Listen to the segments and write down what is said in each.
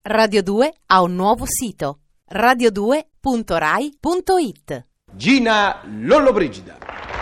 Radio 2 ha un nuovo sito, radio2.rai.it. Gina Lollobrigida.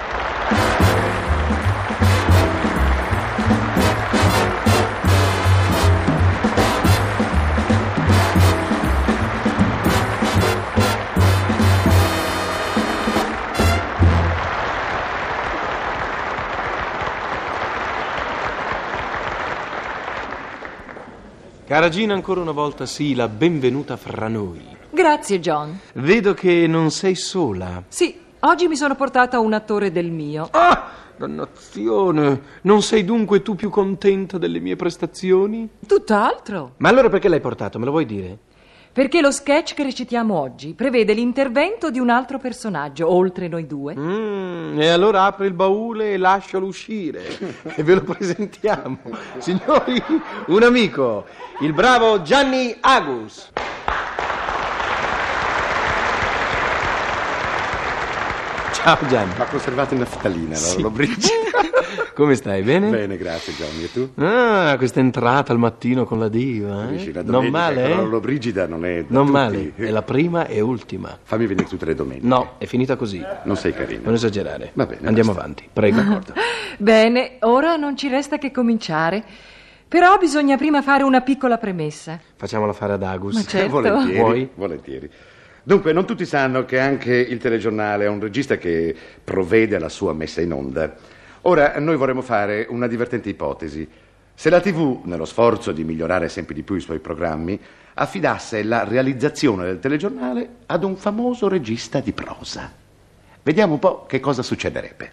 Cara Gina, ancora una volta sì, la benvenuta fra noi. Grazie, John. Vedo che non sei sola. Sì, oggi mi sono portata un attore del mio. Ah, dannazione! Non sei dunque tu più contenta delle mie prestazioni? Tutt'altro. Ma allora perché l'hai portato? Me lo vuoi dire? Perché lo sketch che recitiamo oggi prevede l'intervento di un altro personaggio, oltre noi due. E allora apri il baule e lascialo uscire e ve lo presentiamo. Signori, un amico, il bravo Gianni Agus. Ciao Gianni. L'ha conservato in naftalina, Sì. la Lollobrigida. Come stai? Bene? Bene, grazie Gianni. E tu? Ah, questa entrata al mattino con la diva. Capisci, la Non domenica male, con la eh? Lollobrigida non è da Non tutti. male, è la prima e ultima. Fammi venire tutte le domeniche. No, è finita così. Non sei carino. Non esagerare. Va bene, Andiamo basta. avanti, prego. D'accordo. Bene, ora non ci resta che cominciare. Però bisogna prima fare una piccola premessa. Facciamola fare ad Agus. Ma certo. Volentieri, Vuoi? volentieri. Dunque, non tutti sanno che anche il telegiornale ha un regista che provvede alla sua messa in onda. Ora, noi vorremmo fare una divertente ipotesi. Se la TV, nello sforzo di migliorare sempre di più i suoi programmi, affidasse la realizzazione del telegiornale ad un famoso regista di prosa. Vediamo un po' che cosa succederebbe.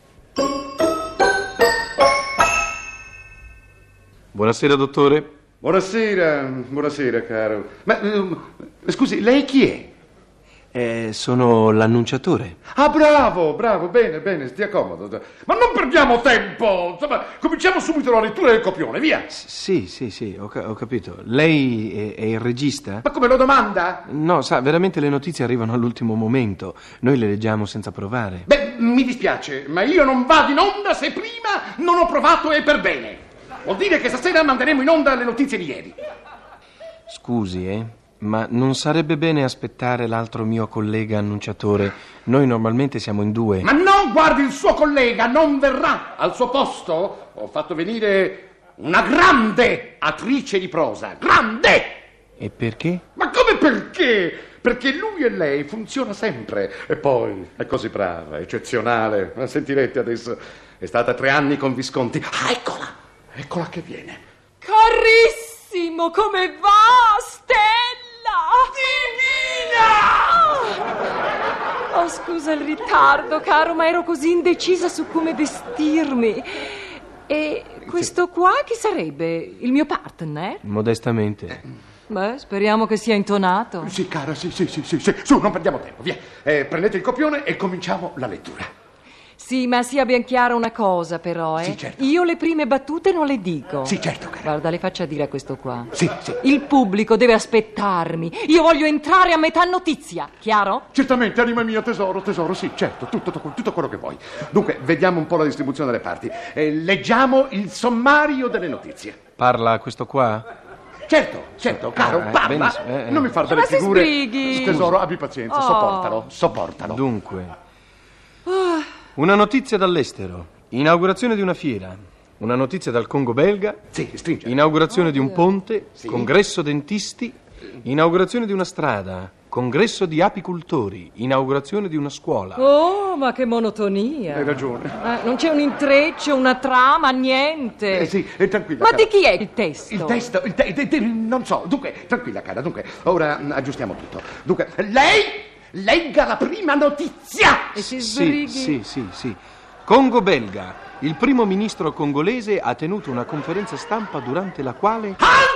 Buonasera, dottore. Buonasera, caro. Ma scusi, lei chi è? Sono l'annunciatore. Ah, bravo, bene, stia comodo. Ma non perdiamo tempo, insomma, cominciamo subito la lettura del copione, via. Sì, ho capito. Lei è il regista? Ma come lo domanda? No, sa, veramente le notizie arrivano all'ultimo momento. Noi le leggiamo senza provare. Beh, mi dispiace, ma io non vado in onda se prima non ho provato e per bene. Vuol dire che stasera manderemo in onda le notizie di ieri. Scusi, ma non sarebbe bene aspettare l'altro mio collega annunciatore? Noi normalmente siamo in due. Ma no, guardi, il suo collega non verrà. Al suo posto ho fatto venire una grande attrice di prosa. Grande! E perché? Ma come perché? Perché lui e lei funziona sempre. E poi è così brava, eccezionale. Ma sentirete adesso, è stata 3 anni con Visconti. Ah, eccola che viene. Carissimo, come va, Stella? Divina! Oh, scusa il ritardo, caro, ma ero così indecisa su come vestirmi. E questo qua chi sarebbe? Il mio partner? Modestamente. Beh, speriamo che sia intonato. Sì, cara, sì. Su, non perdiamo tempo, via. Prendete il copione e cominciamo la lettura. Sì, ma sia ben chiara una cosa, però, Sì, certo. Io le prime battute non le dico. Sì, certo, cara. Guarda, le faccia dire a questo qua. Sì. Il pubblico deve aspettarmi. Io voglio entrare a metà notizia, chiaro? Certamente, anima mia, tesoro, sì, certo, tutto quello che vuoi. Dunque, vediamo un po' la distribuzione delle parti. Leggiamo il sommario delle notizie. Parla questo qua? Certo, caro, parla. benissimo, Non mi far delle Ma si figure. sbrighi. Tesoro, abbi pazienza, sopportalo. Dunque, una notizia dall'estero. Inaugurazione di una fiera. Una notizia dal Congo belga. Sì, stringe. Inaugurazione di un ponte. Sì. Congresso dentisti. Inaugurazione di una strada. Congresso di apicultori. Inaugurazione di una scuola. Oh, ma che monotonia. Hai ragione. Non c'è un intreccio, una trama, niente. Sì, tranquilla. Ma cara. di chi è il testo? Il testo, non so. Dunque, tranquilla, cara. Dunque, ora aggiustiamo tutto. Dunque, lei legga la prima notizia. E si sbrighi. Sì. Congo belga. Il primo ministro congolese ha tenuto una conferenza stampa durante la quale...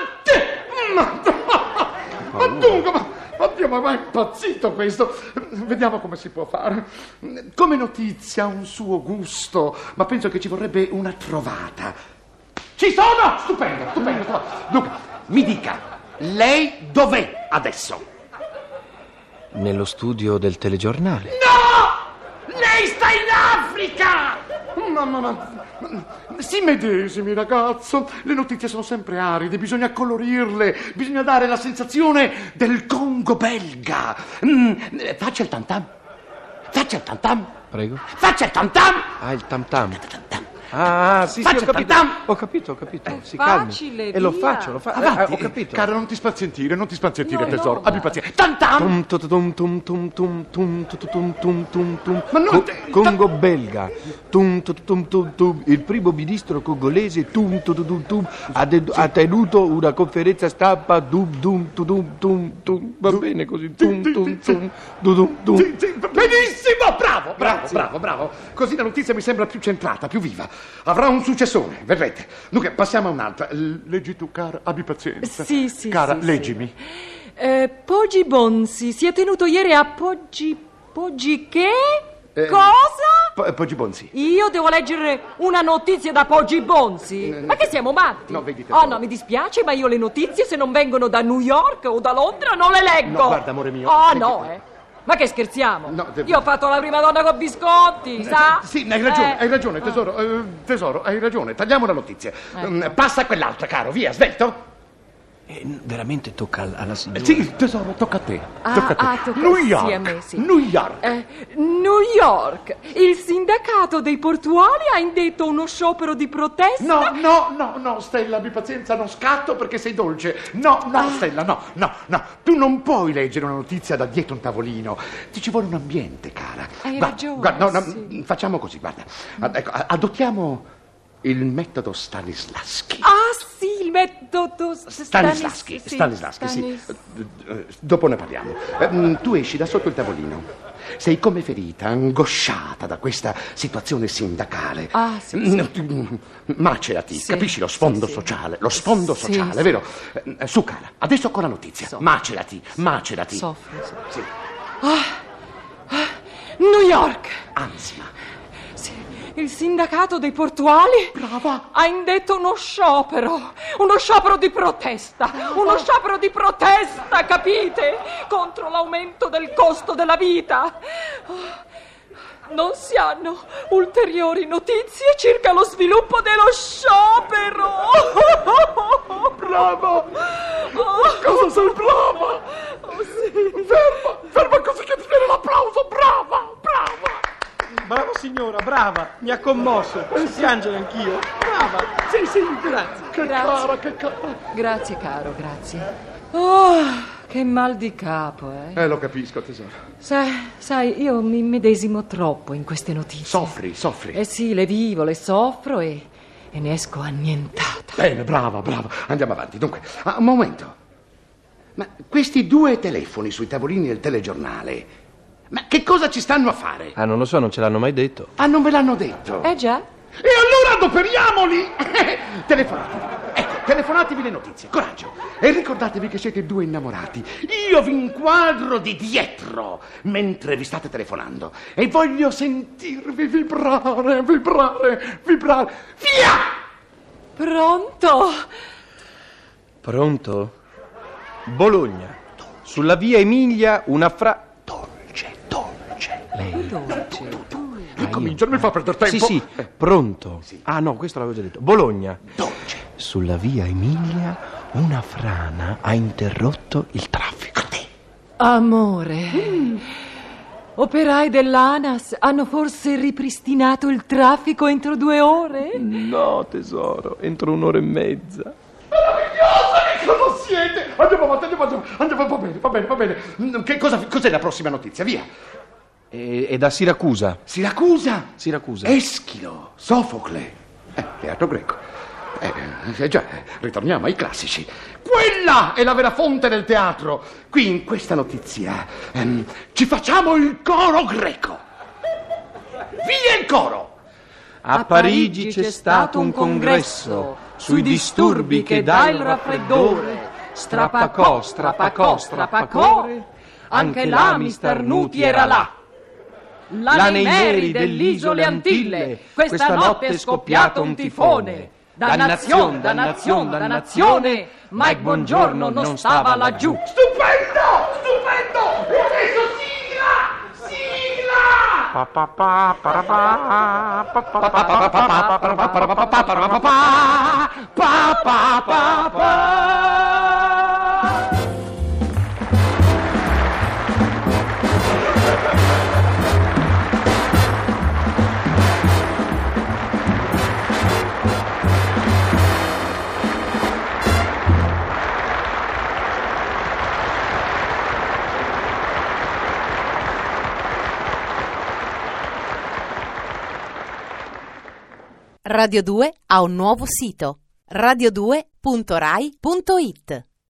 Ma dunque, oddio, ma è impazzito questo. Vediamo come si può fare. Come notizia ha un suo gusto, ma penso che ci vorrebbe una trovata. Ci sono! Stupendo. Dunque, mi dica, lei dov'è adesso? Nello studio del telegiornale. No! Lei sta in Africa! Ma Si medesimi, ragazzo. Le notizie sono sempre aride, bisogna colorirle, bisogna dare la sensazione del Congo belga. Faccia il tam-tam. Faccia il tam-tam. Prego. Faccia il tam-tam. Ah, il tam-tam. Tam-tam. Ah, sì, Faccia ho capito. tam-tam. Ho capito. Si calmi. Facile, E lo via. faccio. Avanti. Ho capito. Cara, non ti spazientire, No, tesoro. no, Abbi pazienza. Tam-tam. Ma non te- Congo belga. Il primo ministro congolese ha tenuto una conferenza stampa. Va bene così. Sì, benissimo, bravo. Così la notizia mi sembra più centrata, più viva. Avrà un successore, vedrete. Dunque, passiamo a un'altra. Leggi tu, cara, abbi pazienza. Sì. Cara, sì. leggimi. Poggi Bonzi si è tenuto ieri a Poggi che? Eh, Cosa? Poggi Bonzi. Io devo leggere una notizia da Poggi Bonzi? Ma che siamo matti? No, vedi, Oh no, mi dispiace, ma io le notizie, se non vengono da New York o da Londra, non le leggo. No, guarda, amore mio. Oh senti- no. Ma che scherziamo? No, Io ho fatto la prima donna con biscotti, sa? Sì, hai ragione, tesoro. Tesoro, hai ragione. Tagliamo la notizia. Passa a quell'altra, caro, via, svelto. Veramente tocca alla signora. Sì, tesoro, tocca a te. Tocca a te. tocca New sì, York. a me, sì. New York. New York. Il sindacato dei portuali ha indetto uno sciopero di protesta. No, Stella, abbi pazienza, non scatto perché sei dolce. No, Stella, no. Tu non puoi leggere una notizia da dietro un tavolino. Ti ci vuole un ambiente, cara. Hai ragione, Guarda, sì. facciamo così, guarda. Ecco, adottiamo il metodo Stanislavski. Ah, sì, il metodo Stanislavski, sì. Dopo ne parliamo. Tu esci da sotto il tavolino. Sei come ferita, angosciata da questa situazione sindacale. Ah, sì. Macerati, Sì, capisci lo sfondo sì. sociale? Lo sfondo Sì, sociale, sì. vero? Su, cara, adesso con la notizia. Soffro. Macerati. Soffro. Sì. New York. Ansia. Sì, il sindacato dei portuali Brava. ha indetto uno sciopero di protesta. Uno sciopero di protesta, capite? Contro l'aumento del costo della vita. Non si hanno ulteriori notizie circa lo sviluppo dello sciopero. Brava. Cosa sei brava? Oh, sì. Ferma così che ti viene l'applauso. Brava. Brava signora, brava. Mi ha commosso. Posso piangere anch'io? Brava. Sì, grazie. Che Grazie. cara. Grazie, caro, grazie. Oh, che mal di capo, eh. Lo capisco, tesoro. Sai, io mi immedesimo troppo in queste notizie. Soffri. Eh sì, le vivo, le soffro e ne esco annientata. Bene, brava. Andiamo avanti. Dunque, un momento. Ma questi 2 telefoni sui tavolini del telegiornale, ma che cosa ci stanno a fare? Ah, non lo so, non ce l'hanno mai detto. Ah, non ve l'hanno detto? Già. E allora adoperiamoli! Telefonatevi. Ecco, telefonatevi le notizie. Coraggio. E ricordatevi che siete 2 innamorati. Io vi inquadro di dietro mentre vi state telefonando. E voglio sentirvi vibrare. Via! Pronto? Bologna. Sulla via Emilia una Dolce. Lei. Comincia, non mi fa perdere tempo. Sì, pronto. Sì. Ah no, questo l'avevo già detto. Bologna. Dolce. Sulla via Emilia una frana ha interrotto il traffico. Amore. Operai dell'ANAS hanno forse ripristinato il traffico entro 2 ore? No, tesoro, entro 1 ora e mezza. Cosa siete? Andiamo avanti. Va bene. Cos'è la prossima notizia? Via. È da Siracusa. Siracusa. Siracusa. Eschilo. Sofocle. Teatro greco. Già, ritorniamo ai classici. Quella è la vera fonte del teatro. Qui in questa notizia ci facciamo il coro greco. Via il coro. A Parigi c'è stato un congresso sui disturbi che dà il raffreddore. Strappacò, anche l'ami starnuti era là. Là nei meri dell'isole Antille, questa notte è scoppiato un tifone. Dannazione, Mike Buongiorno non stava laggiù. Stupendo! E adesso sigla! Radio 2 ha un nuovo sito: radio2.rai.it.